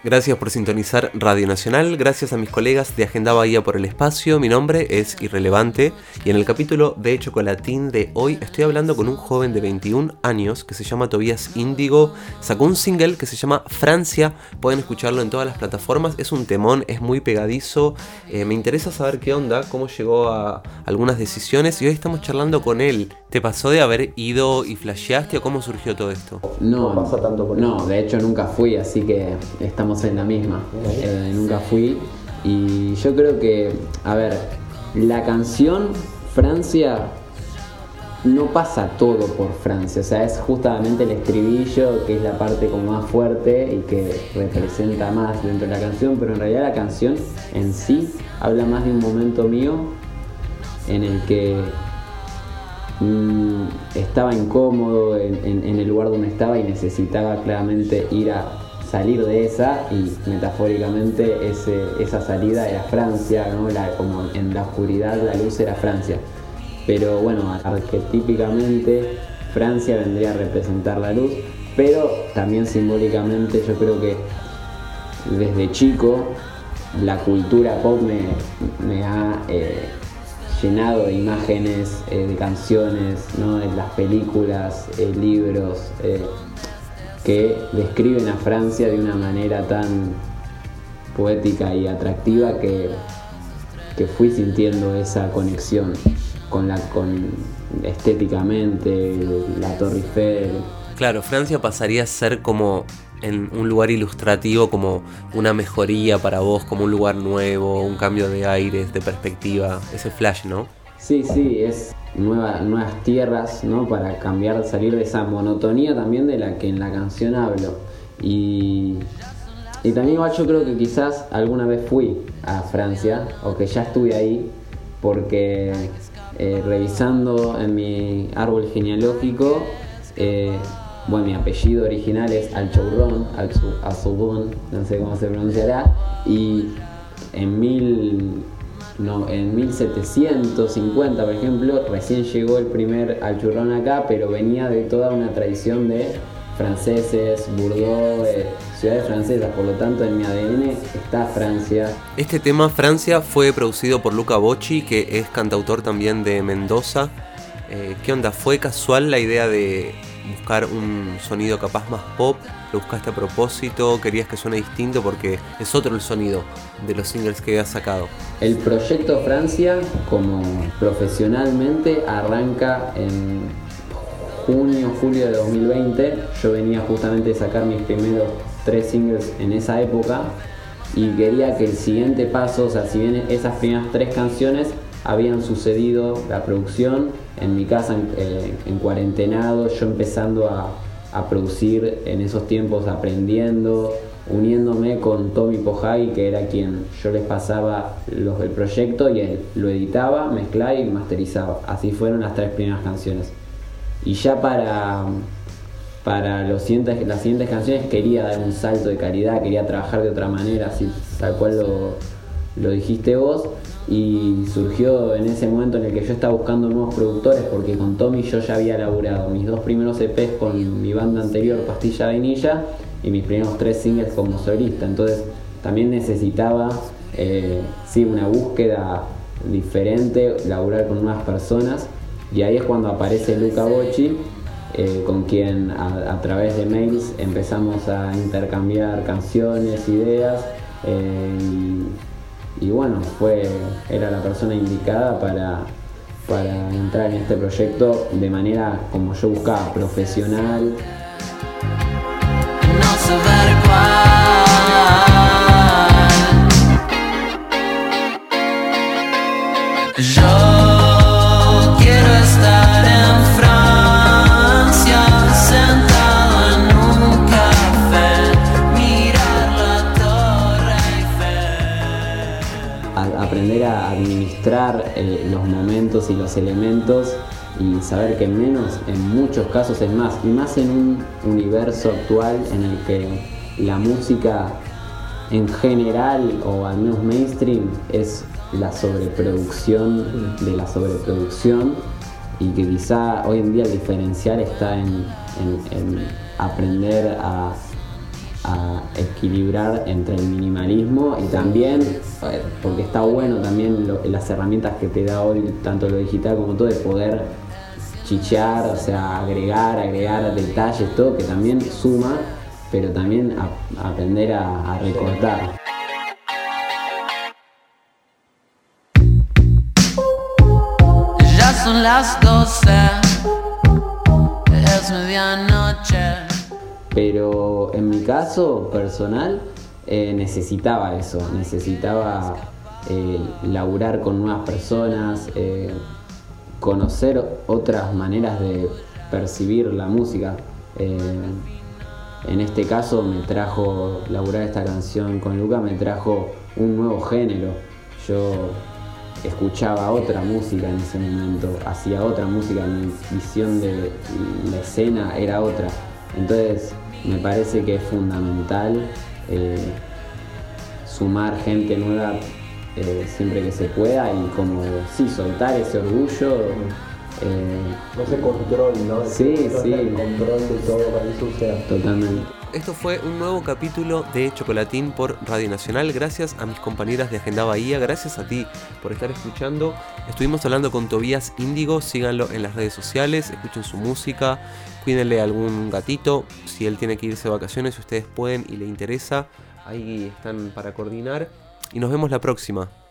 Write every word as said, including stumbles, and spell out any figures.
Gracias por sintonizar Radio Nacional, gracias a mis colegas de Agenda Bahía por el espacio. Mi nombre es Irrelevante y en el capítulo de Chocolatín de hoy estoy hablando con un joven de veintiún años que se llama Tobías Índigo. Sacó un single que se llama Francia, pueden escucharlo en todas las plataformas, es un temón, es muy pegadizo. Eh, me interesa saber qué onda, cómo llegó a algunas decisiones y hoy estamos charlando con él. ¿Te pasó de haber ido y flasheaste o cómo surgió todo esto? No, no pasa tanto por no, de hecho nunca fui, así que estamos en la misma. Eh, nunca fui y yo creo que, a ver, la canción Francia no pasa todo por Francia, o sea, es justamente el estribillo que es la parte como más fuerte y que representa más dentro de la canción, pero en realidad la canción en sí habla más de un momento mío en el que mmm, estaba incómodo en, en, en el lugar donde estaba y necesitaba claramente ir a salir de esa, y metafóricamente ese, esa salida era Francia, ¿no? La, como en la oscuridad la luz era Francia. Pero bueno, arquetípicamente Francia vendría a representar la luz, pero también simbólicamente yo creo que desde chico la cultura pop me, me ha eh, llenado de imágenes, eh, de canciones, ¿no? De las películas, eh, libros, eh, que describen a Francia de una manera tan poética y atractiva que, que fui sintiendo esa conexión con la con estéticamente, la Torre Eiffel. Claro, Francia pasaría a ser como en un lugar ilustrativo, como una mejoría para vos, como un lugar nuevo, un cambio de aires, de perspectiva, ese flash, ¿no? Sí, sí, es nueva, nuevas tierras, ¿no? Para cambiar, salir de esa monotonía también de la que en la canción hablo. Y, y también igual yo creo que quizás alguna vez fui a Francia, o que ya estuve ahí, porque eh, revisando en mi árbol genealógico, eh, bueno, mi apellido original es Alchourrón, Alchourrón, no sé cómo se pronunciará, y en mil... No, en mil setecientos cincuenta, por ejemplo, recién llegó el primer alchurrón acá, pero venía de toda una tradición de franceses, Bordeaux, eh, ciudades francesas, por lo tanto en mi A D N está Francia. Este tema, Francia, fue producido por Luca Bocci, que es cantautor también de Mendoza. Eh, ¿Qué onda? ¿Fue casual la idea de buscar un sonido capaz más pop? ¿Lo buscaste a propósito? ¿Querías que suene distinto? Porque es otro el sonido de los singles que habías sacado. El proyecto Francia, como profesionalmente, arranca en junio, julio de dos mil veinte. Yo venía justamente de sacar mis primeros tres singles en esa época y quería que el siguiente paso, o sea, si bien esas primeras tres canciones habían sucedido la producción en mi casa en, eh, en cuarentenado, yo empezando a, a producir en esos tiempos, aprendiendo, uniéndome con Tommy Pojai, que era quien yo les pasaba los del proyecto y él lo editaba, mezclaba y masterizaba. Así fueron las tres primeras canciones. Y ya para, para los siguientes, las siguientes canciones quería dar un salto de calidad, quería trabajar de otra manera, así tal cual lo, lo dijiste vos. Y surgió en ese momento en el que yo estaba buscando nuevos productores, porque con Tommy yo ya había laburado mis dos primeros E Pes con mi banda anterior, Pastilla Vainilla, y mis primeros tres singles como solista. Entonces también necesitaba eh, sí, una búsqueda diferente, laburar con nuevas personas, y ahí es cuando aparece Luca Bocci, eh, con quien a, a través de mails empezamos a intercambiar canciones, ideas, eh, y, Y bueno, fue, era la persona indicada para, para entrar en este proyecto de manera como yo buscaba, profesional. No saber cuál. Yo quiero estar en Francia, sentado en un café, mirar la Torre Eiffel. Aprender a administrar eh, los momentos y los elementos y saber que menos en muchos casos es más, y más en un universo actual en el que la música en general, o al menos mainstream, es la sobreproducción de la sobreproducción, y que quizá hoy en día el diferencial está en, en, en aprender a, a equilibrar entre el minimalismo y también, porque está bueno también lo, las herramientas que te da hoy, tanto lo digital como todo, de poder chichear, o sea, agregar, agregar detalles, todo, que también suma, pero también a, a aprender a, a recortar. Ya son las doce, es medianoche. Pero en mi caso personal eh, necesitaba eso, necesitaba eh, laburar con nuevas personas, eh, conocer otras maneras de percibir la música. Eh, en este caso me trajo, laburar esta canción con Luca me trajo un nuevo género. Yo escuchaba otra música en ese momento, hacía otra música, mi visión de la escena era otra. Entonces me parece que es fundamental eh, sumar gente nueva eh, siempre que se pueda y como sí, soltar ese orgullo. Eh, no se control, ¿no? Sí, no sí. El control de todo para que eso suceda. Totalmente. Esto fue un nuevo capítulo de Chocolatín por Radio Nacional. Gracias a mis compañeras de Agenda Bahía, gracias a ti por estar escuchando. Estuvimos hablando con Tobías Índigo, síganlo en las redes sociales, escuchen su música, cuídenle a algún gatito, si él tiene que irse de vacaciones, si ustedes pueden y le interesa, ahí están para coordinar. Y nos vemos la próxima.